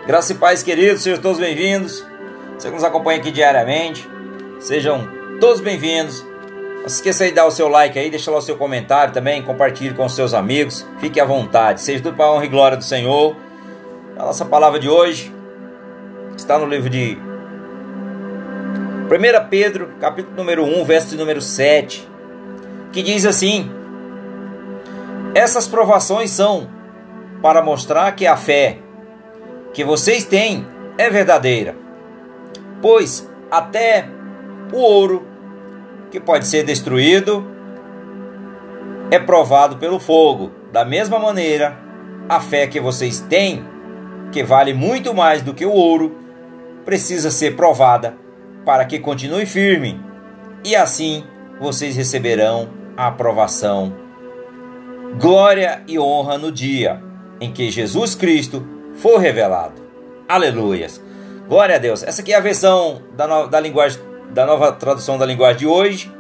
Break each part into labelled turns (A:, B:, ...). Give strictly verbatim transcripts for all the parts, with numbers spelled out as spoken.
A: Graça e paz, queridos, sejam todos bem-vindos. Você que nos acompanha aqui diariamente, sejam todos bem-vindos. Não se esqueça de dar o seu like aí, deixa lá o seu comentário também, compartilhe com os seus amigos, fique à vontade, seja tudo para a honra e glória do Senhor. A nossa palavra de hoje está no livro de primeira Pedro, capítulo número um, verso número sete, que diz assim: essas provações são para mostrar que a fé que vocês têm é verdadeira, pois até o ouro, que pode ser destruído, é provado pelo fogo. Da mesma maneira, a fé que vocês têm, que vale muito mais do que o ouro, precisa ser provada para que continue firme, e assim vocês receberão a aprovação, glória e honra no dia em que Jesus Cristo for revelado. Aleluias! Glória a Deus! Essa aqui é a versão da, no, da linguagem, da nova tradução da linguagem de hoje,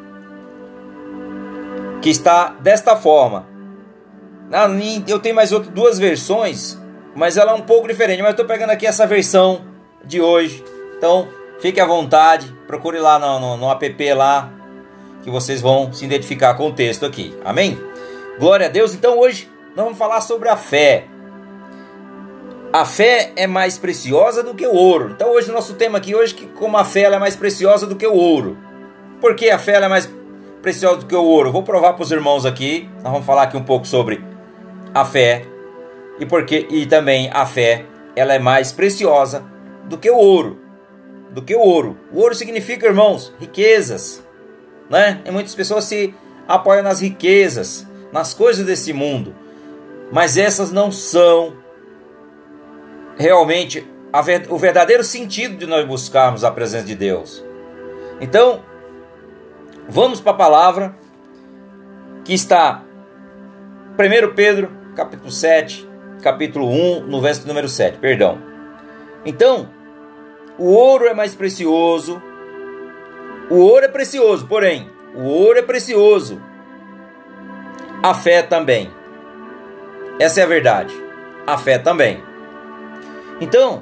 A: que está desta forma. Eu tenho mais outras duas versões, mas ela é um pouco diferente. Mas eu estou pegando aqui essa versão de hoje. Então, fique à vontade, procure lá no, no, no app lá, que vocês vão se identificar com o texto aqui. Amém? Glória a Deus! Então hoje nós vamos falar sobre a fé. A fé é mais preciosa do que o ouro. Então hoje o nosso tema aqui hoje é que como a fé ela é mais preciosa do que o ouro. Por que a fé ela é mais preciosa do que o ouro? Vou provar para os irmãos aqui. Nós vamos falar aqui um pouco sobre a fé e porque e também a fé ela é mais preciosa do que o ouro. Do que o ouro. O ouro significa, irmãos, riquezas, né? E muitas pessoas se apoiam nas riquezas, nas coisas desse mundo, mas essas não são realmente a ver, o verdadeiro sentido de nós buscarmos a presença de Deus. Então, vamos para a palavra que está primeira Pedro, capítulo sete, capítulo um, no verso número sete, perdão. Então, o ouro é mais precioso, o ouro é precioso, porém, o ouro é precioso, a fé também. Essa é a verdade, a fé também. Então,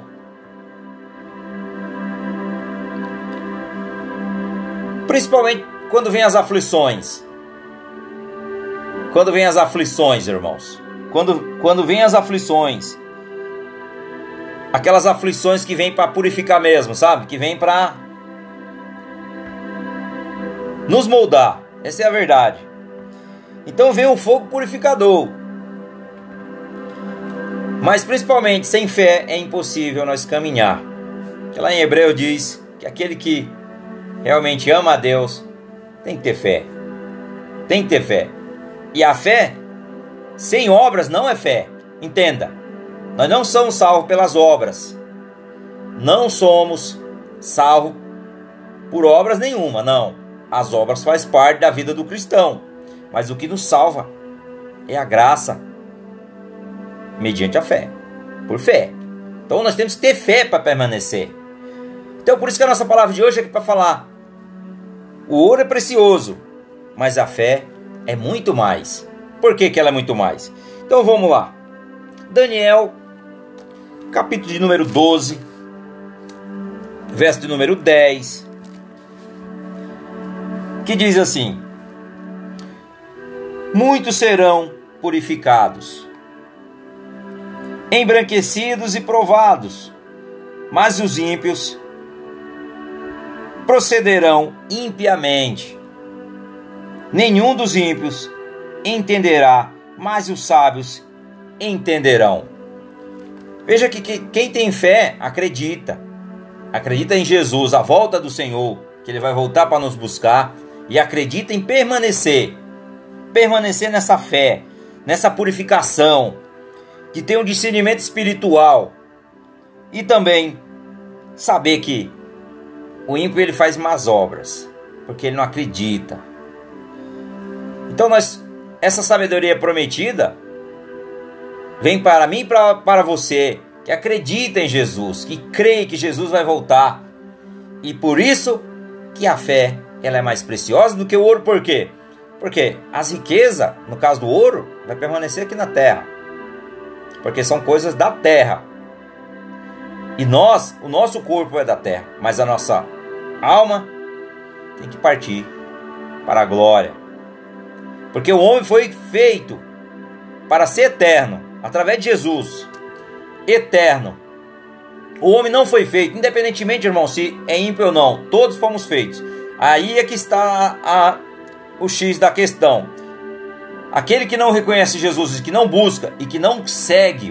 A: principalmente quando vem as aflições, quando vem as aflições, irmãos, quando, quando vem as aflições, aquelas aflições que vêm para purificar mesmo, sabe? Que vêm para nos moldar, essa é a verdade. Então vem um fogo purificador. Mas principalmente sem fé é impossível nós caminhar. Que lá em Hebreu diz que aquele que realmente ama a Deus tem que ter fé. Tem que ter fé. E a fé sem obras não é fé. Entenda. Nós não somos salvos pelas obras. Não somos salvos por obras nenhuma, não. As obras fazem parte da vida do cristão. Mas o que nos salva é a graça, mediante a fé, por fé. Então nós temos que ter fé para permanecer. Então por isso que a nossa palavra de hoje é aqui para falar: o ouro é precioso, mas a fé é muito mais. Por que que ela é muito mais? Então vamos lá. Daniel, capítulo de número doze, verso de número dez, que diz assim: muitos serão purificados, embranquecidos e provados, mas os ímpios procederão impiamente. Nenhum dos ímpios entenderá, mas os sábios entenderão. Veja que quem tem fé acredita, acredita em Jesus, a volta do Senhor, que Ele vai voltar para nos buscar, e acredita em permanecer, permanecer nessa fé, nessa purificação, de ter um discernimento espiritual e também saber que o ímpio ele faz más obras, porque ele não acredita. Então nós, essa sabedoria prometida vem para mim e para, para você, que acredita em Jesus, que crê que Jesus vai voltar. E por isso que a fé ela é mais preciosa do que o ouro. Por quê? Porque as riquezas, no caso do ouro, vai permanecer aqui na terra, porque são coisas da terra. E nós, o nosso corpo é da terra, mas a nossa alma tem que partir para a glória. Porque o homem foi feito para ser eterno, através de Jesus. Eterno. O homem não foi feito, independentemente, irmão, se é ímpio ou não, todos fomos feitos. Aí é que está a, o X da questão. Aquele que não reconhece Jesus, que não busca e que não segue,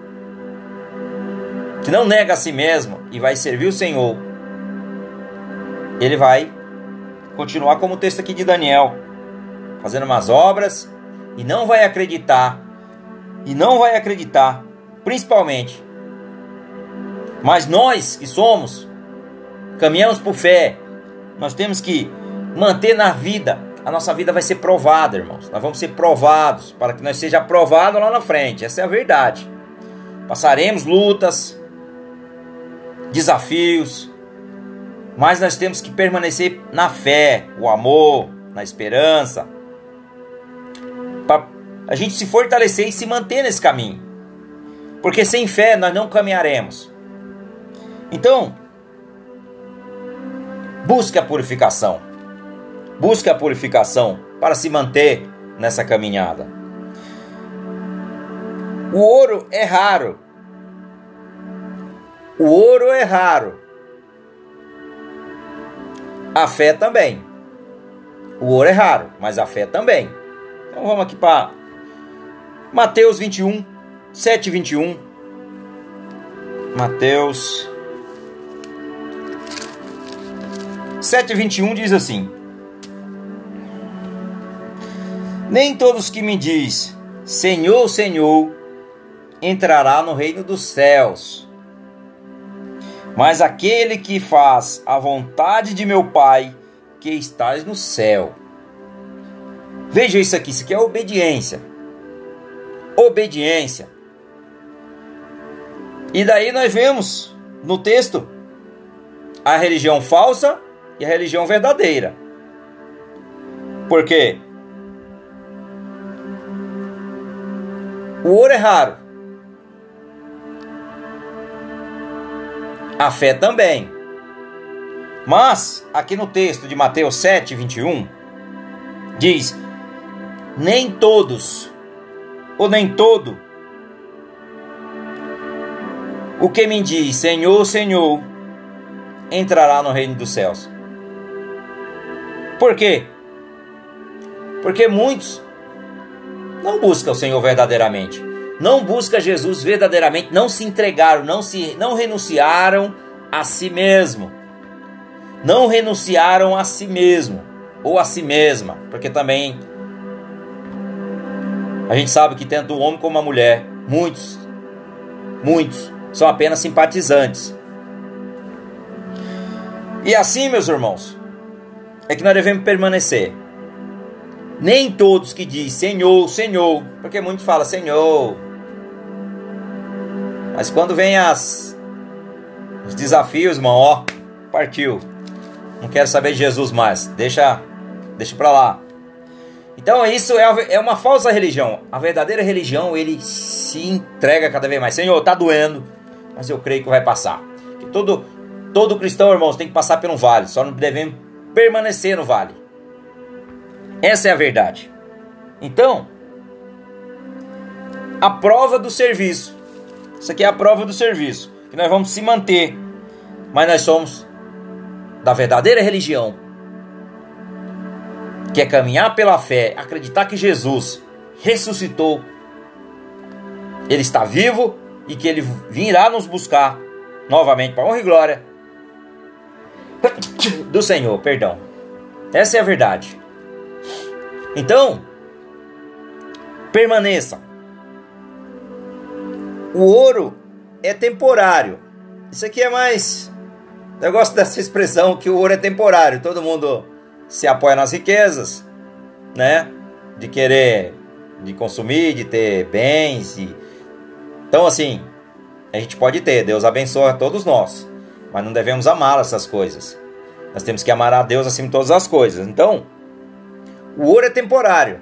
A: que não nega a si mesmo e vai servir o Senhor, ele vai continuar como o texto aqui de Daniel, fazendo umas obras e não vai acreditar, e não vai acreditar, principalmente. Mas nós que somos, caminhamos por fé, nós temos que manter na vida. A nossa vida vai ser provada, irmãos. Nós vamos ser provados, para que nós seja aprovado lá na frente. Essa é a verdade. Passaremos lutas, desafios, mas nós temos que permanecer na fé, o amor, na esperança, para a gente se fortalecer e se manter nesse caminho. Porque sem fé nós não caminharemos. Então, busque a purificação. Busque a purificação para se manter nessa caminhada. O ouro é raro. O ouro é raro. A fé também. O ouro é raro, mas a fé também. Então vamos aqui para Mateus vinte e um, sete e vinte e um. Mateus sete e vinte e um diz assim: nem todos que me diz Senhor, Senhor, entrará no reino dos céus, mas aquele que faz a vontade de meu Pai que estás no céu. Veja isso aqui, isso aqui é obediência. Obediência. E daí nós vemos no texto a religião falsa e a religião verdadeira. Por quê? O ouro é raro. A fé também. Mas, aqui no texto de Mateus sete, vinte e um, diz: nem todos, ou nem todo, o que me diz Senhor, Senhor, entrará no reino dos céus. Por quê? Porque muitos não buscam o Senhor verdadeiramente, não buscam Jesus verdadeiramente, não se entregaram, não, se, não renunciaram a si mesmo, não renunciaram a si mesmo, ou a si mesma, porque também a gente sabe que tanto o homem como a mulher, muitos, muitos, são apenas simpatizantes. E assim, meus irmãos, é que nós devemos permanecer. Nem todos que dizem Senhor, Senhor, porque muitos falam Senhor, mas quando vem as, os desafios, irmão, ó, partiu. Não quero saber de Jesus mais, deixa, deixa pra lá. Então isso é, é uma falsa religião. A verdadeira religião, ele se entrega cada vez mais. Senhor, tá doendo, mas eu creio que vai passar. Que todo, todo cristão, irmãos, tem que passar por um vale, só não devemos permanecer no vale. Essa é a verdade. Então, a prova do serviço. Isso aqui é a prova do serviço. Que nós vamos se manter. Mas nós somos da verdadeira religião. Que é caminhar pela fé. Acreditar que Jesus ressuscitou. Ele está vivo. E que Ele virá nos buscar novamente para honra e glória do Senhor. Perdão. Essa é a verdade. Então, permaneçam. O ouro é temporário. Isso aqui é mais... Eu gosto dessa expressão que o ouro é temporário. Todo mundo se apoia nas riquezas, né? De querer, de consumir, de ter bens. E... Então, assim, a gente pode ter. Deus abençoa todos nós. Mas não devemos amar essas coisas. Nós temos que amar a Deus acima de todas as coisas. Então, o ouro é temporário.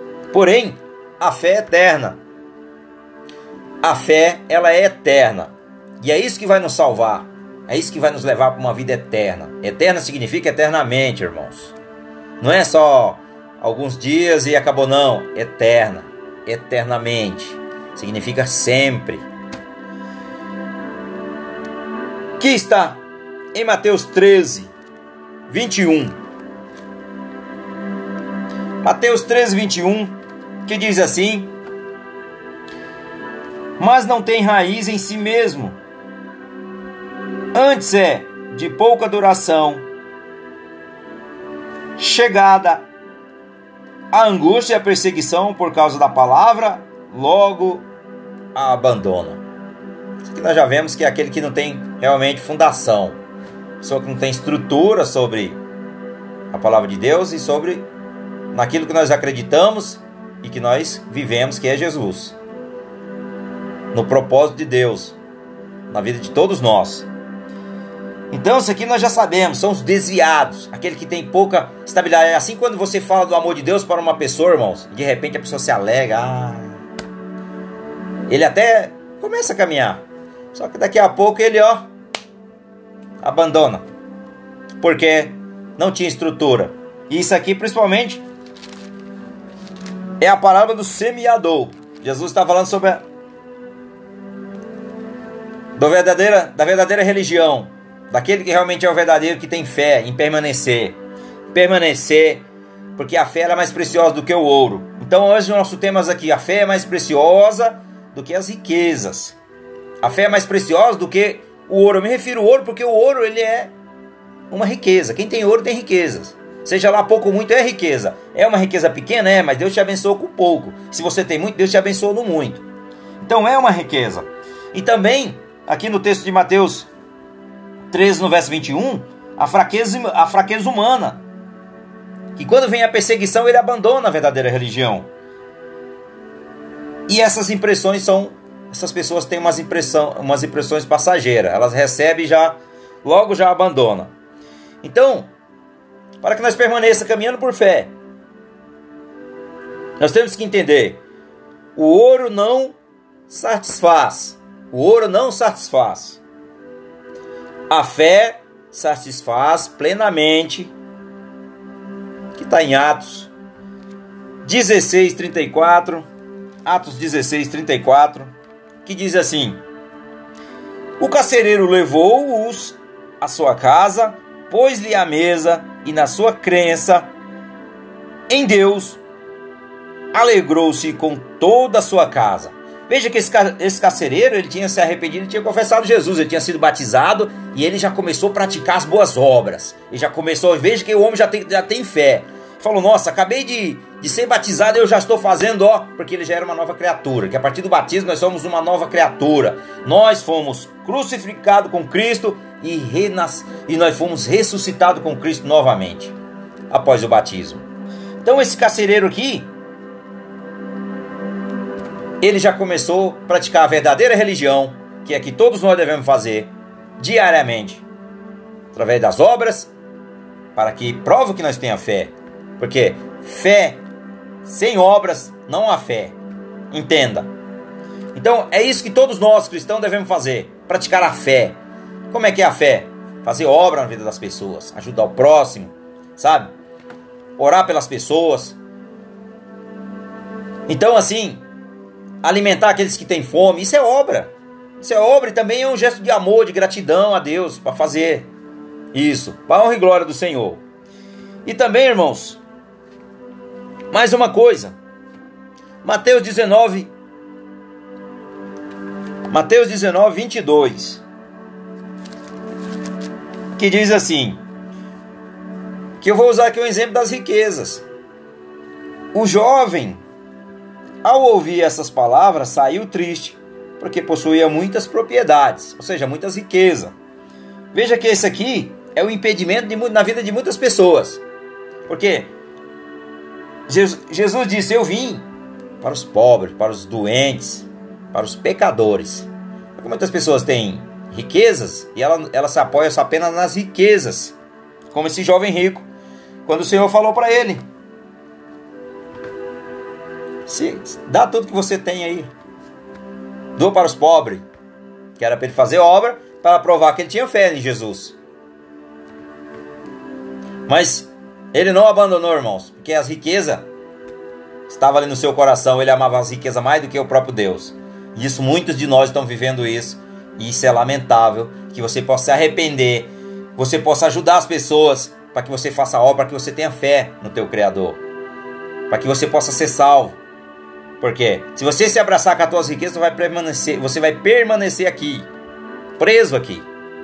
A: Porém, a fé é eterna. A fé, ela é eterna. E é isso que vai nos salvar. É isso que vai nos levar para uma vida eterna. Eterna significa eternamente, irmãos. Não é só alguns dias e acabou, não. Eterna. Eternamente. Significa sempre. Que está em Mateus treze, vinte e um. Mateus treze, vinte e um, que diz assim: mas não tem raiz em si mesmo, antes é de pouca duração, chegada a angústia e a perseguição por causa da palavra, logo a abandona. Isso aqui nós já vemos que é aquele que não tem realmente fundação, pessoa que não tem estrutura sobre a palavra de Deus e sobre naquilo que nós acreditamos e que nós vivemos, que é Jesus, no propósito de Deus na vida de todos nós. Então isso aqui nós já sabemos, são os desviados, aquele que tem pouca estabilidade. É assim, quando você fala do amor de Deus para uma pessoa, irmãos, de repente a pessoa se alegra, ah, ele até começa a caminhar, só que daqui a pouco ele, ó, abandona, porque não tinha estrutura. E isso aqui principalmente é a parábola do semeador. Jesus está falando sobre a da verdadeira, da verdadeira religião, daquele que realmente é o verdadeiro, que tem fé em permanecer. Permanecer, porque a fé é mais preciosa do que o ouro. Então hoje o nosso tema aqui, a fé é mais preciosa do que as riquezas. A fé é mais preciosa do que o ouro. Eu me refiro ao ouro porque o ouro, ele é uma riqueza. Quem tem ouro tem riquezas. Seja lá pouco ou muito, é riqueza. É uma riqueza pequena, é, mas Deus te abençoa com pouco. Se você tem muito, Deus te abençoa no muito. Então é uma riqueza. E também, aqui no texto de Mateus treze, no verso vinte e um, a fraqueza, a fraqueza humana. Que quando vem a perseguição, ele abandona a verdadeira religião. E essas impressões são... Essas pessoas têm umas, impressão, umas impressões passageiras. Elas recebem e já, logo já abandonam. Então, para que nós permaneçamos caminhando por fé, nós temos que entender: o ouro não satisfaz. O ouro não satisfaz. A fé satisfaz plenamente, que está em Atos dezesseis, trinta e quatro. Atos dezesseis, trinta e quatro, que diz assim: o carcereiro levou-os à sua casa, pôs-lhe à mesa, e na sua crença em Deus, alegrou-se com toda a sua casa. Veja que esse, esse carcereiro, ele tinha se arrependido, ele tinha confessado Jesus, ele tinha sido batizado, e ele já começou a praticar as boas obras. Ele já começou, veja que o homem já tem, já tem fé. Falou: nossa, acabei de, de ser batizado, eu já estou fazendo, ó, porque ele já era uma nova criatura, que a partir do batismo nós somos uma nova criatura. Nós fomos crucificados com Cristo e, renas, e nós fomos ressuscitados com Cristo novamente, após o batismo. Então esse carcereiro aqui, ele já começou a praticar a verdadeira religião, que é que todos nós devemos fazer diariamente, através das obras, para que prove que nós tenhamos fé. Porque fé sem obras não há fé. Entenda. Então é isso que todos nós cristãos devemos fazer: praticar a fé. Como é que é a fé? Fazer obra na vida das pessoas, ajudar o próximo, sabe? Orar pelas pessoas. Então assim, alimentar aqueles que têm fome, isso é obra. Isso é obra e também é um gesto de amor, de gratidão a Deus, para fazer isso, para a honra e glória do Senhor. E também, irmãos, mais uma coisa, Mateus dezenove, Mateus dezenove, vinte e dois, que diz assim, que eu vou usar aqui o exemplo das riquezas. O jovem, ao ouvir essas palavras, saiu triste, porque possuía muitas propriedades, ou seja, muitas riquezas. Veja que esse aqui é o impedimento de, na vida de muitas pessoas. Porque Jesus, Jesus disse: eu vim para os pobres, para os doentes, para os pecadores. Porque muitas pessoas têm riquezas e ela, ela se apoia só apenas nas riquezas, como esse jovem rico, quando o Senhor falou para ele: se dá tudo que você tem aí, doa para os pobres, que era para ele fazer obra, para provar que ele tinha fé em Jesus. Mas ele não abandonou, irmãos, porque as riquezas estavam ali no seu coração. Ele amava as riquezas mais do que o próprio Deus. E isso, muitos de nós estão vivendo isso. E isso é lamentável, que você possa se arrepender, você possa ajudar as pessoas, para que você faça a obra, para que você tenha fé no teu Criador, para que você possa ser salvo. Porque se você se abraçar com as tuas riquezas, você vai permanecer, você vai permanecer aqui, preso aqui.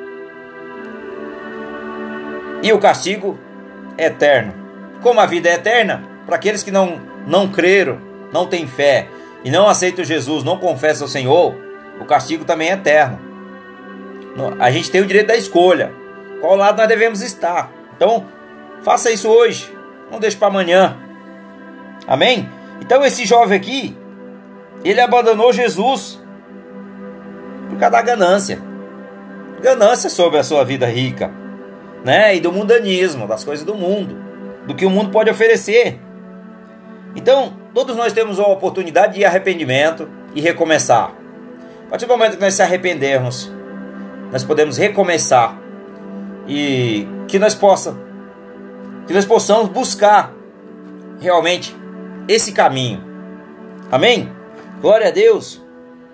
A: E o castigo é eterno. Como a vida é eterna, para aqueles que não, não creram, não têm fé e não aceitam Jesus, não confessam o Senhor, o castigo também é eterno. A gente tem o direito da escolha, qual lado nós devemos estar. Então, faça isso hoje, não deixe para amanhã. Amém? Então esse jovem aqui, ele abandonou Jesus por causa da ganância. Ganância sobre a sua vida rica, né? E do mundanismo, das coisas do mundo, do que o mundo pode oferecer. Então, todos nós temos a oportunidade de arrependimento e recomeçar. A partir do momento que nós se arrependermos, nós podemos recomeçar e que nós possa, que nós possamos buscar realmente esse caminho. Amém? Glória a Deus.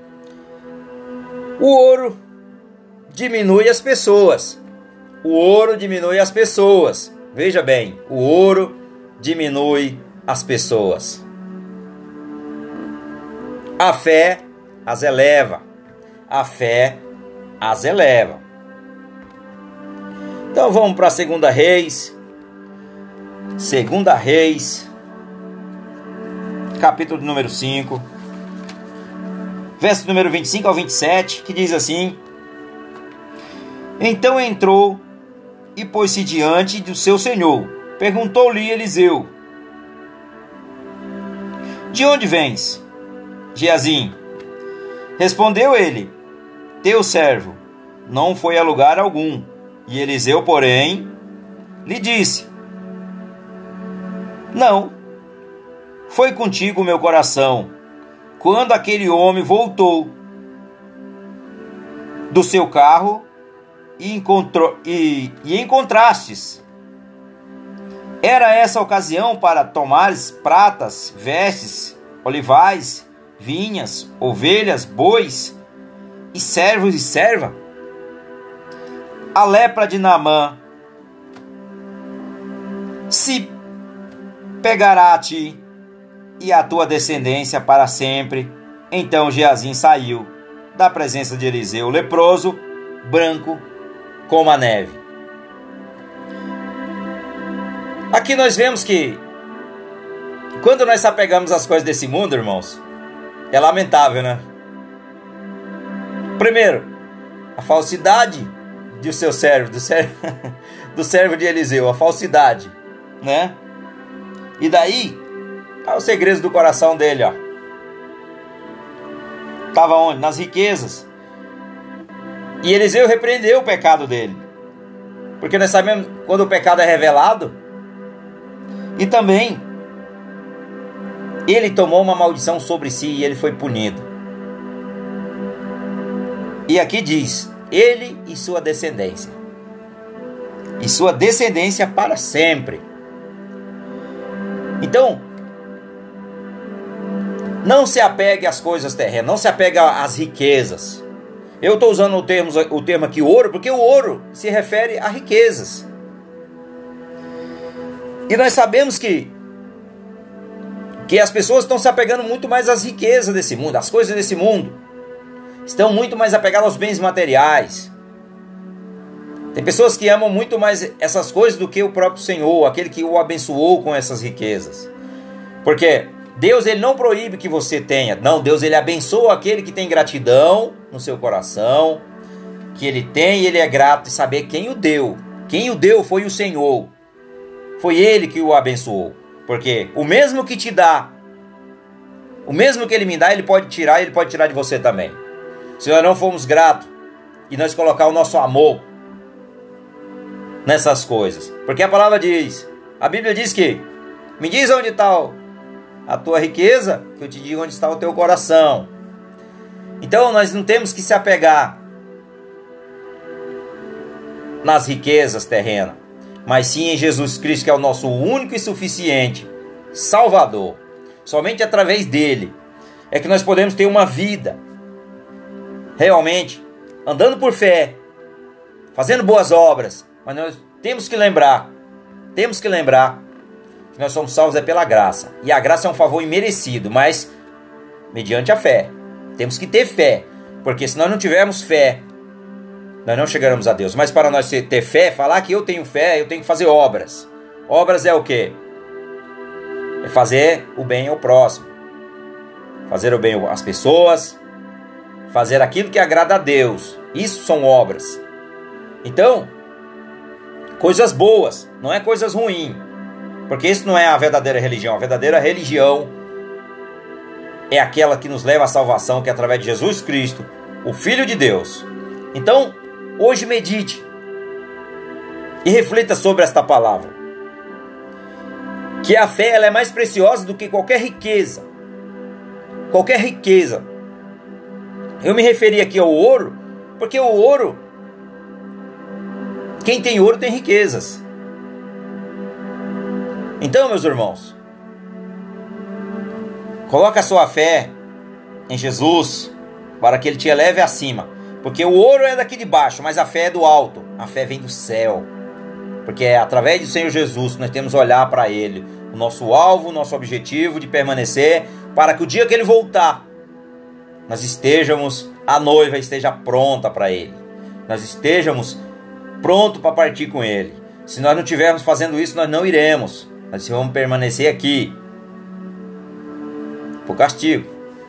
A: O ouro diminui as pessoas. O ouro diminui as pessoas. Veja bem, o ouro diminui as pessoas. A fé as eleva. A fé as eleva. Então vamos para a Segunda Reis. Segunda Reis, capítulo número cinco, verso número vinte e cinco ao vinte e sete, que diz assim: Então entrou e pôs-se diante do seu senhor. Perguntou-lhe Eliseu: De onde vens, Geazim? Respondeu ele: Teu servo não foi a lugar algum. E Eliseu, porém, lhe disse: Não, foi contigo o meu coração, quando aquele homem voltou do seu carro e, encontrou, e, e encontrastes. Era essa a ocasião para tomares pratas, vestes, olivais, vinhas, ovelhas, bois, e servos e serva? A lepra de Naamã se pegará a ti e a tua descendência para sempre. Então Geazim saiu da presença de Eliseu, leproso, branco como a neve. Aqui nós vemos que quando nós se apegamos às coisas desse mundo, irmãos, é lamentável, né? Primeiro, a falsidade do seu servo, do servo, do servo de Eliseu, a falsidade, né? E daí, tá o segredo do coração dele, ó. Estava onde? Nas riquezas. E Eliseu repreendeu o pecado dele. Porque nós sabemos quando o pecado é revelado. E também, ele tomou uma maldição sobre si e ele foi punido. E aqui diz: ele e sua descendência. E sua descendência para sempre. Então, não se apegue às coisas terrenas, não se apegue às riquezas. Eu estou usando o termo, o termo aqui ouro, porque o ouro se refere a riquezas. E nós sabemos que, que as pessoas estão se apegando muito mais às riquezas desse mundo, às coisas desse mundo. Estão muito mais apegadas aos bens materiais. Tem pessoas que amam muito mais essas coisas do que o próprio Senhor, aquele que o abençoou com essas riquezas. Porque Deus, ele não proíbe que você tenha. Não, Deus, ele abençoa aquele que tem gratidão no seu coração, que ele tem e ele é grato de saber quem o deu. Quem o deu foi o Senhor. Foi ele que o abençoou. Porque o mesmo que te dá, o mesmo que ele me dá, ele pode tirar, ele pode tirar de você também. Se nós não formos gratos e nós colocar o nosso amor nessas coisas. Porque a palavra diz, a Bíblia diz que, me diz onde está a tua riqueza, que eu te digo onde está o teu coração. Então nós não temos que se apegar nas riquezas terrenas, mas sim em Jesus Cristo, que é o nosso único e suficiente Salvador. Somente através dele é que nós podemos ter uma vida realmente andando por fé, fazendo boas obras. Mas nós temos que lembrar, temos que lembrar que nós somos salvos é pela graça. E a graça é um favor imerecido, mas mediante a fé. Temos que ter fé, porque se nós não tivermos fé, nós não chegaremos a Deus. Mas para nós ter fé, falar que eu tenho fé, eu tenho que fazer obras. Obras é o quê? É fazer o bem ao próximo, fazer o bem às pessoas, fazer aquilo que agrada a Deus. Isso são obras. Então, coisas boas, não é coisas ruins, porque isso não é a verdadeira religião. A verdadeira religião é aquela que nos leva à salvação, que é através de Jesus Cristo, o Filho de Deus. Então, hoje medite e reflita sobre esta palavra, que a fé ela é mais preciosa do que qualquer riqueza. Qualquer riqueza. Eu me referi aqui ao ouro, porque o ouro, quem tem ouro tem riquezas. Então, meus irmãos, coloque a sua fé em Jesus, para que Ele te eleve acima. Porque o ouro é daqui de baixo, mas a fé é do alto. A fé vem do céu. Porque é através do Senhor Jesus que nós temos que olhar para Ele. O nosso alvo, o nosso objetivo de permanecer, para que o dia que Ele voltar, nós estejamos, a noiva esteja pronta para Ele. Nós estejamos prontos para partir com Ele. Se nós não estivermos fazendo isso, nós não iremos. Nós vamos permanecer aqui por castigo.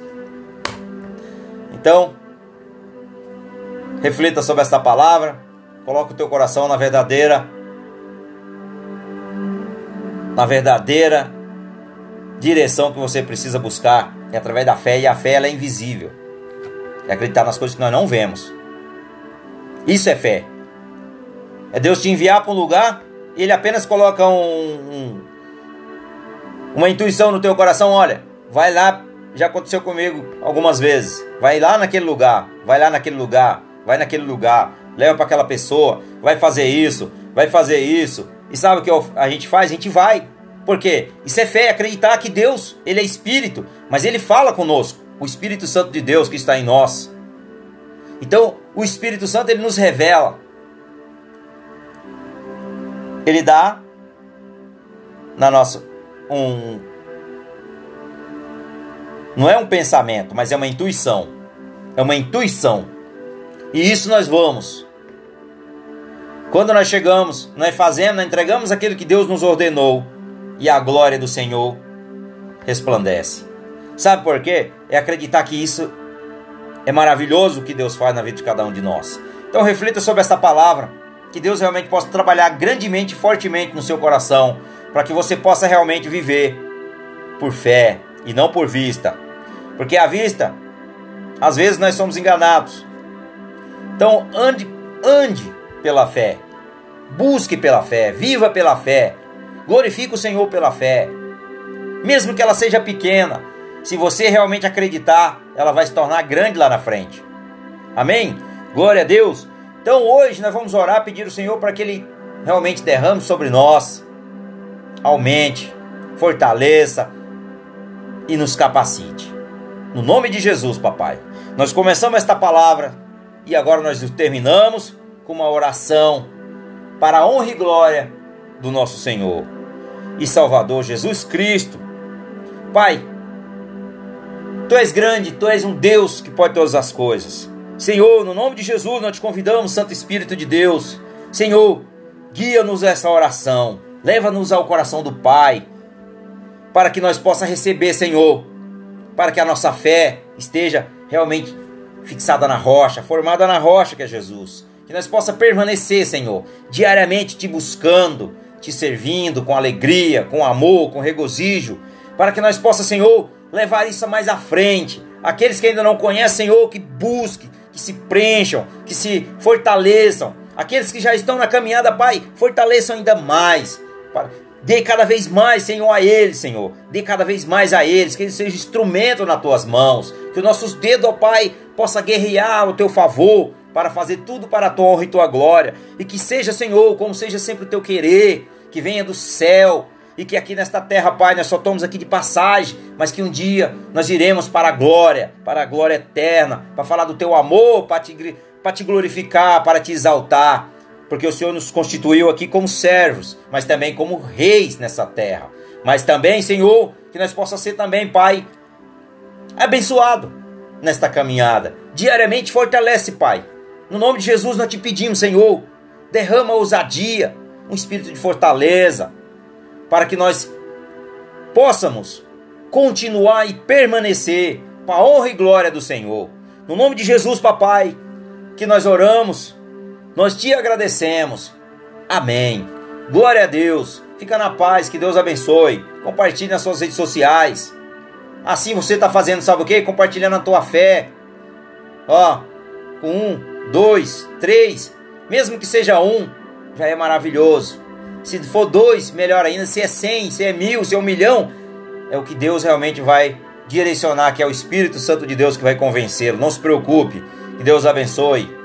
A: Então, reflita sobre esta palavra. Coloque o teu coração na verdadeira Na verdadeira direção que você precisa buscar. É através da fé. E a fé ela é invisível. É acreditar nas coisas que nós não vemos. Isso é fé. É Deus te enviar para um lugar. E Ele apenas coloca um, um, uma intuição no teu coração. Olha, vai lá. Já aconteceu comigo algumas vezes. Vai lá naquele lugar. Vai lá naquele lugar. Vai naquele lugar. Leva para aquela pessoa. Vai fazer isso. Vai fazer isso. E sabe o que a gente faz? A gente vai. Por quê? Isso é fé, acreditar que Deus, Ele é Espírito, mas Ele fala conosco. O Espírito Santo de Deus que está em nós. Então, o Espírito Santo, Ele nos revela. Ele dá na nossa um não é um pensamento, mas é uma intuição. É uma intuição. E isso nós vamos. Quando nós chegamos, nós fazemos, nós entregamos aquilo que Deus nos ordenou. E a glória do Senhor resplandece. Sabe por quê? É acreditar que isso é maravilhoso o que Deus faz na vida de cada um de nós. Então reflita sobre esta palavra. Que Deus realmente possa trabalhar grandemente e fortemente no seu coração. Para que você possa realmente viver por fé e não por vista. Porque a vista, às vezes nós somos enganados. Então ande, ande pela fé. Busque pela fé. Viva pela fé. Glorifique o Senhor pela fé. Mesmo que ela seja pequena. Se você realmente acreditar, ela vai se tornar grande lá na frente. Amém? Glória a Deus. Então hoje nós vamos orar, pedir ao Senhor para que Ele realmente derrame sobre nós. Aumente, fortaleça e nos capacite. No nome de Jesus, papai. Nós começamos esta palavra e agora nós terminamos com uma oração para a honra e glória do nosso Senhor e Salvador Jesus Cristo. Pai, Tu és grande, Tu és um Deus que pode todas as coisas. Senhor, no nome de Jesus nós te convidamos, Santo Espírito de Deus. Senhor, guia-nos essa oração. Leva-nos ao coração do Pai, para que nós possamos receber, Senhor, para que a nossa fé esteja realmente fixada na rocha, formada na rocha que é Jesus. Que nós possamos permanecer, Senhor, diariamente te buscando, te servindo com alegria, com amor, com regozijo, para que nós possamos, Senhor, levar isso mais à frente. Aqueles que ainda não conhecem, Senhor, que busquem, que se preencham, que se fortaleçam. Aqueles que já estão na caminhada, Pai, fortaleçam ainda mais. Dê cada vez mais, Senhor, a eles, Senhor. Dê cada vez mais a eles, que eles sejam instrumento nas Tuas mãos. Que os nossos dedos, ó Pai, possa guerrear ao Teu favor, para fazer tudo para a tua honra e tua glória. E que seja, Senhor, como seja sempre o teu querer, que venha do céu. E que aqui nesta terra, Pai, nós só estamos aqui de passagem, mas que um dia nós iremos para a glória, para a glória eterna, para falar do teu amor, para te, para te glorificar, para te exaltar. Porque o Senhor nos constituiu aqui como servos, mas também como reis nessa terra. Mas também, Senhor, que nós possamos ser também, Pai, abençoado nesta caminhada. Diariamente fortalece, Pai. No nome de Jesus nós te pedimos, Senhor, derrama ousadia, um espírito de fortaleza, para que nós possamos continuar e permanecer para a honra e glória do Senhor. No nome de Jesus, papai, que nós oramos, nós te agradecemos. Amém. Glória a Deus. Fica na paz, que Deus abençoe. Compartilhe nas suas redes sociais. Assim você está fazendo, sabe o quê? Compartilhando a tua fé. Ó, com um, dois, três, mesmo que seja um, já é maravilhoso. Se for dois, melhor ainda. Se é cem, se é mil, se é um milhão, é o que Deus realmente vai direcionar, que é o Espírito Santo de Deus que vai convencê-lo. Não se preocupe. Que Deus abençoe.